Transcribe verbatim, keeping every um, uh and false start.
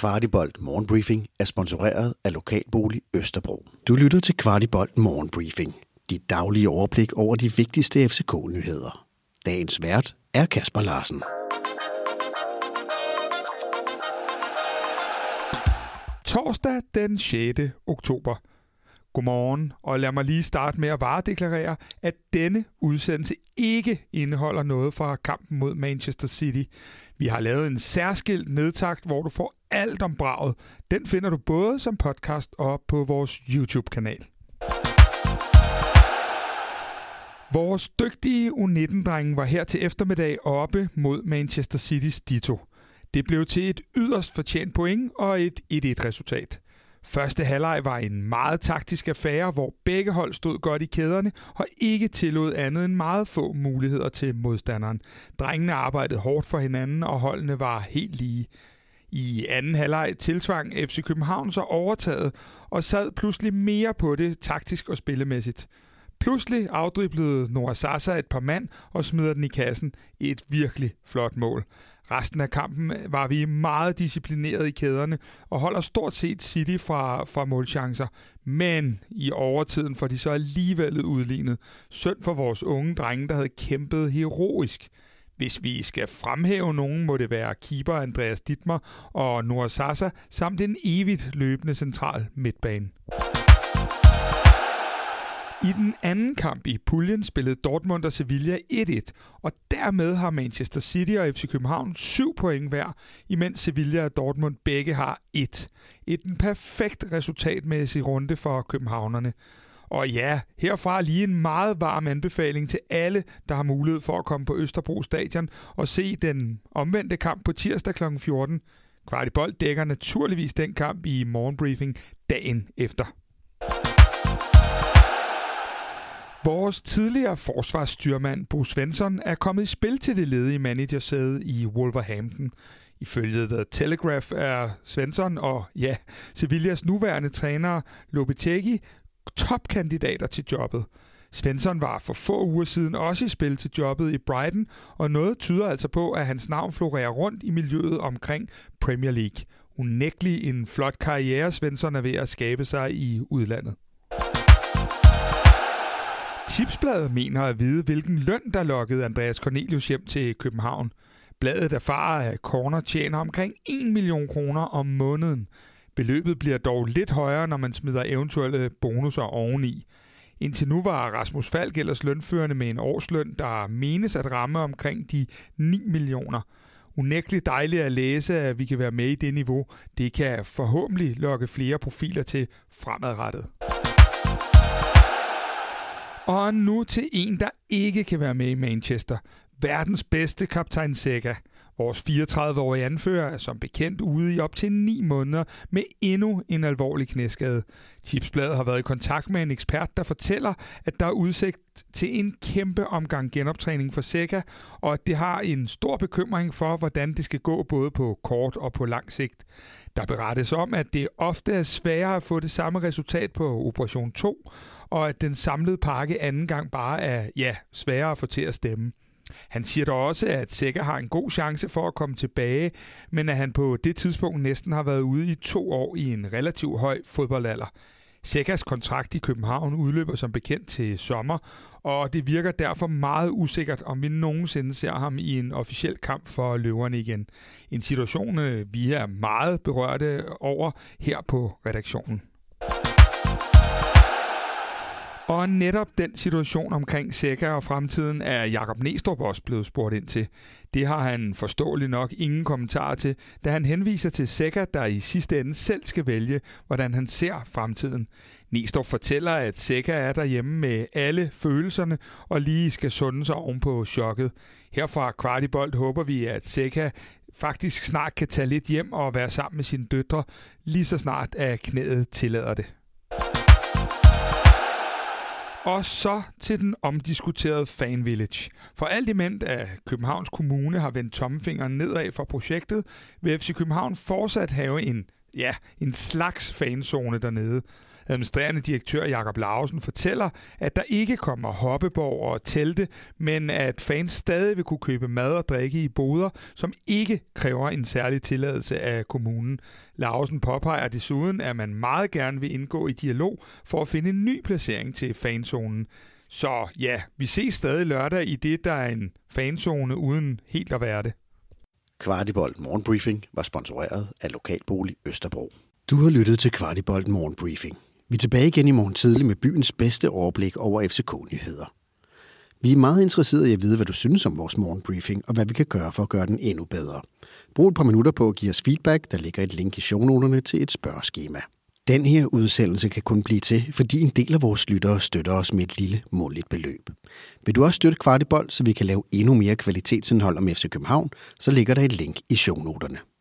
Kvartibolt Morgenbriefing er sponsoreret af Lokalbolig Østerbro. Du lytter til Kvartibolt Morgenbriefing. Dit daglige overblik over de vigtigste F C K-nyheder. Dagens vært er Kasper Larsen. Torsdag den sjette oktober. Godmorgen, og lad mig lige starte med at varedeklarere, at denne udsendelse ikke indeholder noget fra kampen mod Manchester City. Vi har lavet en særskilt nedtakt, hvor du får alt om braget. Den finder du både som podcast og på vores YouTube-kanal. Vores dygtige U nitten-drenge var her til eftermiddag oppe mod Manchester City's Ditto. Det blev til et yderst fortjent point og et et-et-resultat. Første halvleg var en meget taktisk affære, hvor begge hold stod godt i kæderne og ikke tillod andet end meget få muligheder til modstanderen. Drengene arbejdede hårdt for hinanden, og holdene var helt lige. I anden halvleg tiltvang F C København så overtaget og sad pludselig mere på det taktisk og spillemæssigt. Pludselig afdriblede Noah Sasa et par mand og smider den i kassen i et virkelig flot mål. Resten af kampen var vi meget disciplineret i kæderne og holder stort set City fra, fra målchancer. Men i overtiden får de så alligevel udlignet. Synd for vores unge drenge, der havde kæmpet heroisk. Hvis vi skal fremhæve nogen, må det være keeper Andreas Dittmer og Noah Sasa samt en evigt løbende central midtbane. I den anden kamp i puljen spillede Dortmund og Sevilla et-et, og dermed har Manchester City og F C København syv point hver, imens Sevilla og Dortmund begge har et. Et en perfekt resultatmæssig runde for københavnerne. Og ja, herfra lige en meget varm anbefaling til alle, der har mulighed for at komme på Østerbro Stadion og se den omvendte kamp på tirsdag klokken fjorten. Kvartibolt dækker naturligvis den kamp i morgenbriefing dagen efter. Vores tidligere forsvarsstyrmand Bo Svensson er kommet i spil til det ledige managersæde i Wolverhampton. Ifølge The Telegraph er Svensson og ja, Sevillas nuværende træner Lopetegui topkandidater til jobbet. Svensson var for få uger siden også i spil til jobbet i Brighton, og noget tyder altså på, at hans navn florerer rundt i miljøet omkring Premier League. Unægtelig en flot karriere, Svensson er ved at skabe sig i udlandet. Tipsbladet mener at vide, hvilken løn, der lokkede Andreas Cornelius hjem til København. Bladet erfarer, at Corner tjener omkring en million kroner om måneden. Beløbet bliver dog lidt højere, når man smider eventuelle bonusser oveni. Indtil nu var Rasmus Falk ellers lønførende med en årsløn, der menes at ramme omkring de ni millioner. Unægteligt dejligt at læse, at vi kan være med i det niveau. Det kan forhåbentlig lokke flere profiler til fremadrettet. Og nu til en, der ikke kan være med i Manchester. Verdens bedste kaptajn Zeca. Vores fireogtredive-årige anfører er som bekendt ude i op til ni måneder med endnu en alvorlig knæskade. Tipsbladet har været i kontakt med en ekspert, der fortæller, at der er udsigt til en kæmpe omgang genoptræning for Zeca, og at det har en stor bekymring for, hvordan det skal gå både på kort og på lang sigt. Der berettes om, at det ofte er sværere at få det samme resultat på operation to, og at den samlede pakke anden gang bare er ja, sværere at få til at stemme. Han siger dog også, at Zeca har en god chance for at komme tilbage, men at han på det tidspunkt næsten har været ude i to år i en relativt høj fodboldalder. Zecas kontrakt i København udløber som bekendt til sommer, og det virker derfor meget usikkert, om vi nogensinde ser ham i en officiel kamp for løverne igen. En situation, vi er meget berørte over her på redaktionen. Og netop den situation omkring Zeca og fremtiden er Jakob Næstrup også blevet spurgt ind til. Det har han forståeligt nok ingen kommentar til, da han henviser til Zeca, der i sidste ende selv skal vælge, hvordan han ser fremtiden. Næstrup fortæller, at Zeca er derhjemme med alle følelserne og lige skal sunde sig oven på chokket. Herfra Kvartibolt håber vi, at Zeca faktisk snart kan tage lidt hjem og være sammen med sine døtre, lige så snart at knæet tillader det. Og så til den omdiskuterede Fan Village. For alt imens at Københavns Kommune har vendt tommelfingeren nedad for projektet, vil F C København fortsat have en ja, en slags fanzone dernede. Administrerende direktør Jakob Lausen fortæller, at der ikke kommer hoppeborg og telte, men at fans stadig vil kunne købe mad og drikke i boder, som ikke kræver en særlig tilladelse af kommunen. Lausen påpeger desuden, at man meget gerne vil indgå i dialog for at finde en ny placering til fanzonen. Så ja, vi ses stadig lørdag i det, der er en fanzone uden helt at være det. Kvartibolt Morgenbriefing var sponsoreret af Lokalbolig Østerbro. Du har lyttet til Kvartibolt Morgenbriefing. Vi er tilbage igen i morgen tidlig med byens bedste overblik over F C K-nyheder. Vi er meget interesserede i at vide, hvad du synes om vores morgenbriefing, og hvad vi kan gøre for at gøre den endnu bedre. Brug et par minutter på at give os feedback. Der ligger et link i shownoterne til et spørgeskema. Den her udsendelse kan kun blive til, fordi en del af vores lyttere støtter os med et lille månedligt beløb. Vil du også støtte Kvartibolt, så vi kan lave endnu mere kvalitetsindhold om F C København, så ligger der et link i shownoterne.